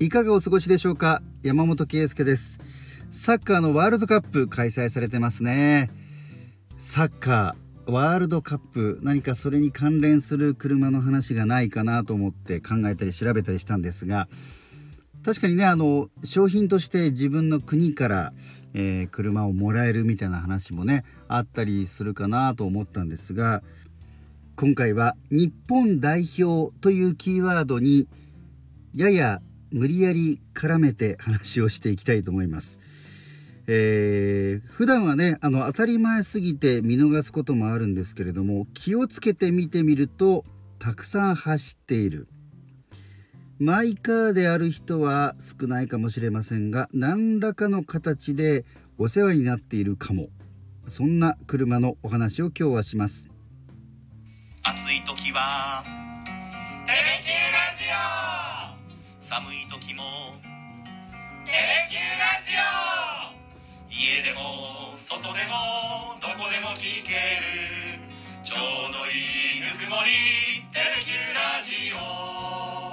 いかがお過ごしでしょうか。山本圭介です。サッカーのワールドカップ開催されてますね。サッカーワールドカップ、何かそれに関連する車の話がないかなと思って考えたり調べたりしたんですが、確かにね、商品として自分の国から、車をもらえるみたいな話もねあったりするかなと思ったんですが、今回は日本代表というキーワードにやや無理やり絡めて話をしていきたいと思います。普段はね当たり前すぎて見逃すこともあるんですけれども、気をつけて見てみるとたくさん走っているマイカーである人は少ないかもしれませんが、何らかの形でお世話になっているかも。そんな車のお話を今日はします。 暑い時はテレキューラジオ、寒い時もテレキューラジオ、家でも外でもどこでも聞けるちょうどいいぬくもり、テレキューラジオ。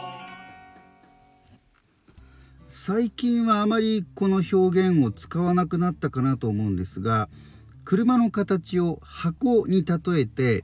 最近はあまりこの表現を使わなくなったかなと思うんですが、車の形を箱に例えて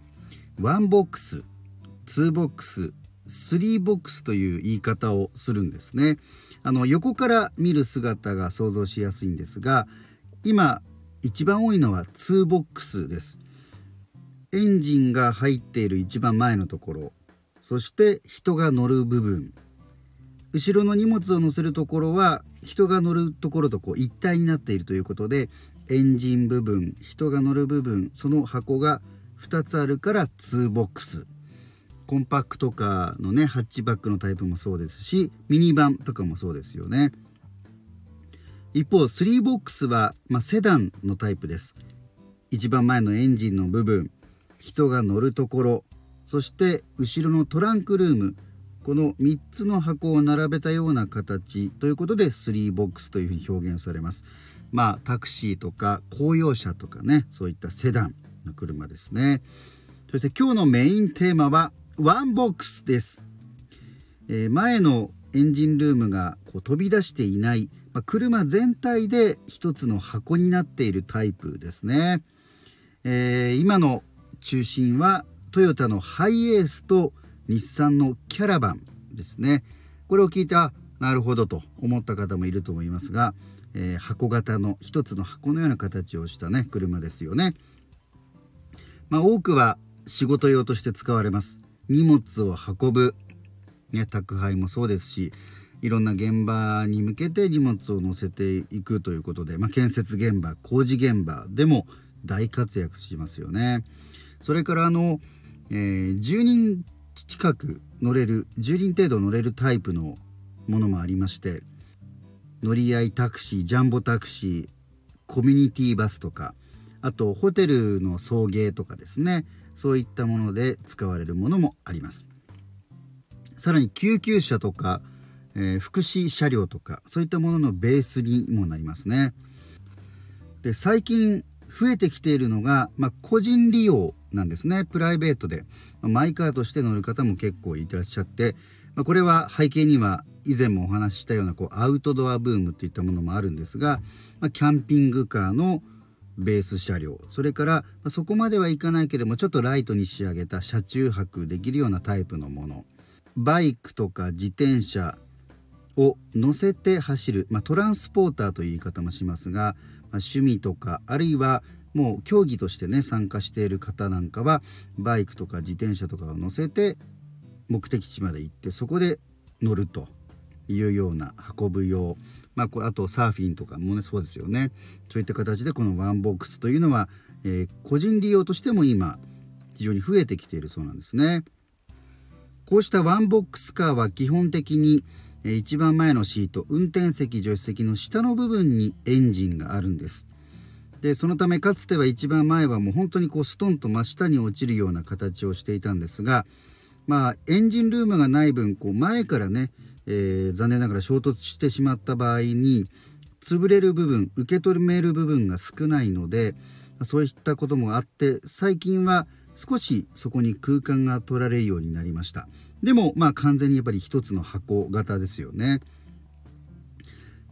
1ボックス、2ボックス、3ボックスという言い方をするんですね。横から見る姿が想像しやすいんですが、今一番多いのは2ボックスです。エンジンが入っている一番前のところ、そして人が乗る部分、後ろの荷物を乗せるところは人が乗るところと一体になっているということで、エンジン部分、人が乗る部分、その箱が2つあるから2ボックス。コンパクトカーのねハッチバックのタイプもそうですし、ミニバンとかもそうですよね。一方3ボックスは、セダンのタイプです。一番前のエンジンの部分、人が乗るところ、そして後ろのトランクルーム、この3つの箱を並べたような形ということで3ボックスというふうに表現されます。タクシーとか公用車とかね、そういったセダンの車ですね。そして今日のメインテーマはワンボックスです。前のエンジンルームが飛び出していない、車全体で一つの箱になっているタイプですね。今の中心はトヨタのハイエースと日産のキャラバンですね。これを聞いてなるほどと思った方もいると思いますが、箱型の一つの箱のような形をしたね車ですよね。多くは仕事用として使われます。荷物を運ぶ、宅配もそうですし、いろんな現場に向けて荷物を載せていくということで、建設現場、工事現場でも大活躍しますよね。それから10人近く乗れる、10人程度乗れるタイプのものもありまして、乗り合いタクシー、ジャンボタクシー、コミュニティバスとか、あとホテルの送迎とかですね、そういったもので使われるものもあります。さらに救急車とか、福祉車両とか、そういったもののベースにもなりますね。で、最近増えてきているのが、個人利用なんですね。プライベートで、マイカーとして乗る方も結構いらっしゃって、これは背景には以前もお話ししたようなアウトドアブームといったものもあるんですが、キャンピングカーのベース車両、それからそこまではいかないけれどもちょっとライトに仕上げた車中泊できるようなタイプのもの、バイクとか自転車を乗せて走る、トランスポーターという言い方もしますが、趣味とかあるいはもう競技としてね参加している方なんかはバイクとか自転車とかを乗せて目的地まで行って、そこで乗るというような運ぶ用、あとサーフィンとかもねそうですよね。そういった形でこのワンボックスというのは、個人利用としても今非常に増えてきているそうなんですね。こうしたワンボックスカーは基本的に一番前のシート、運転席助手席の下の部分にエンジンがあるんです。でそのためかつては一番前はもう本当にストンと真下に落ちるような形をしていたんですが、エンジンルームがない分前からね、残念ながら衝突してしまった場合に潰れる部分、受け止める部分が少ないので、そういったこともあって最近は少しそこに空間が取られるようになりました。でも完全にやっぱり一つの箱型ですよね。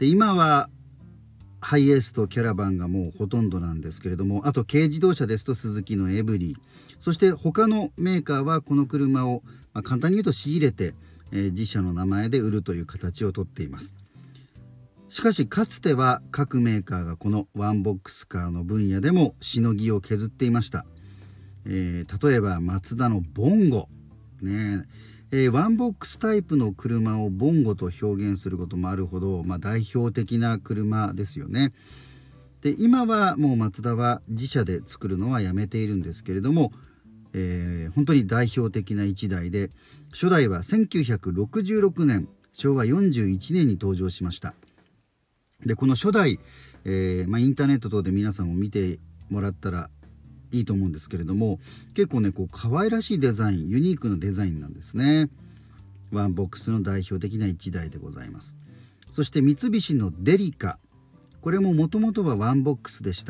で今はハイエースとキャラバンがもうほとんどなんですけれども、あと軽自動車ですとスズキのエブリー、そして他のメーカーはこの車を、簡単に言うと仕入れて、自社の名前で売るという形をとっています。しかしかつては各メーカーがこのワンボックスカーの分野でもしのぎを削っていました。例えばマツダのボンゴね、ワンボックスタイプの車をボンゴと表現することもあるほど、代表的な車ですよね。で今はもうマツダは自社で作るのはやめているんですけれども、本当に代表的な1台で、初代は1966年昭和41年に登場しました。でこの初代、インターネット等で皆さんも見てもらったらいいと思うんですけれども、結構ねこう可愛らしいデザイン、ユニークなデザインなんですね。ワンボックスの代表的な1台でございます。そして三菱のデリカ、これももともとはワンボックスでした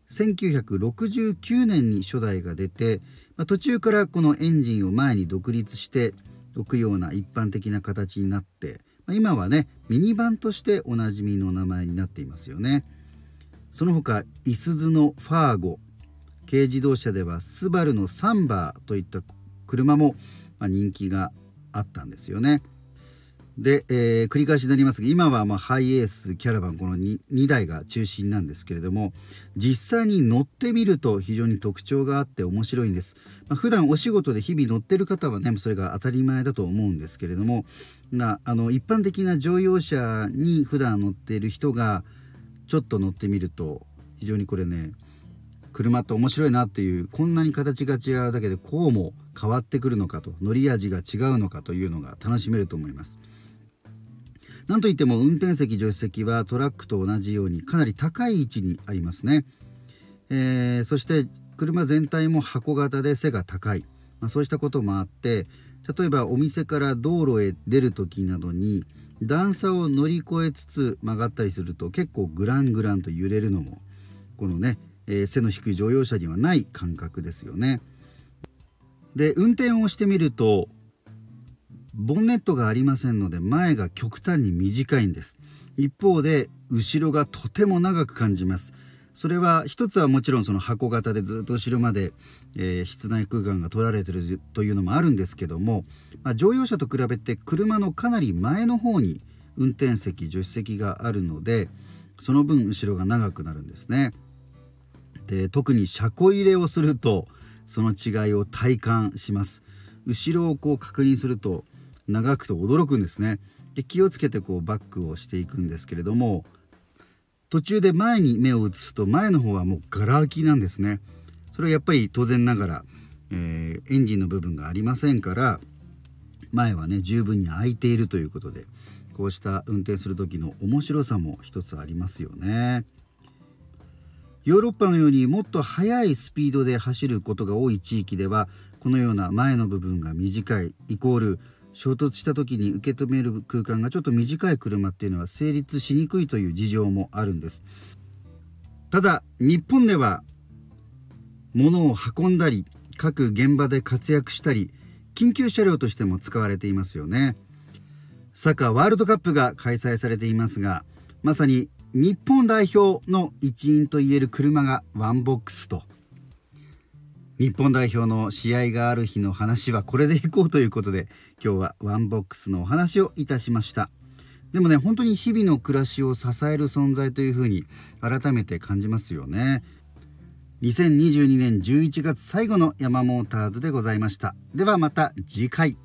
。1969年に初代が出て、途中からこのエンジンを前に独立して置くような一般的な形になって、今はねミニバンとしておなじみの名前になっていますよね。その他いすゞのファーゴ、軽自動車ではスバルのサンバーといった車も人気があったんですよね。で、繰り返しになりますが、今はハイエース、キャラバン、この 2台が中心なんですけれども、実際に乗ってみると非常に特徴があって面白いんです。普段お仕事で日々乗ってる方はねそれが当たり前だと思うんですけれども、一般的な乗用車に普段乗っている人がちょっと乗ってみると、非常にこれね車って面白いなっていう、こんなに形が違うだけでこうも変わってくるのかと、乗り味が違うのかというのが楽しめると思います。なんといっても運転席助手席はトラックと同じようにかなり高い位置にありますね。そして車全体も箱型で背が高い、そうしたこともあって、例えばお店から道路へ出る時などに段差を乗り越えつつ曲がったりすると結構グラングランと揺れるのもこのね、背の低い乗用車にはない感覚ですよね。で運転をしてみるとボンネットがありませんので前が極端に短いんです。一方で後ろがとても長く感じます。それは一つはもちろんその箱型でずっと後ろまで、室内空間が取られているというのもあるんですけども、乗用車と比べて車のかなり前の方に運転席助手席があるので、その分後ろが長くなるんですね。で特に車庫入れをするとその違いを体感します。後ろをこう確認すると長くと驚くんですね。で気をつけてこうバックをしていくんですけれども、途中で前に目を移すと前の方はもうガラ空きなんですね。それはやっぱり当然ながら、エンジンの部分がありませんから前はね十分に空いているということで、こうした運転する時の面白さも一つありますよね。ヨーロッパのようにもっと速いスピードで走ることが多い地域では、このような前の部分が短いイコール衝突した時に受け止める空間がちょっと短い車っていうのは成立しにくいという事情もあるんです。ただ日本では物を運んだり各現場で活躍したり緊急車両としても使われていますよね。サッカーワールドカップが開催されていますが、まさに日本代表の一員といえる車がワンボックスと、日本代表の試合がある日の話はこれでいこうということで、今日はワンボックスのお話をいたしました。でもね本当に日々の暮らしを支える存在というふうに改めて感じますよね。2022年11月最後のヤマモーターズでございました。ではまた次回。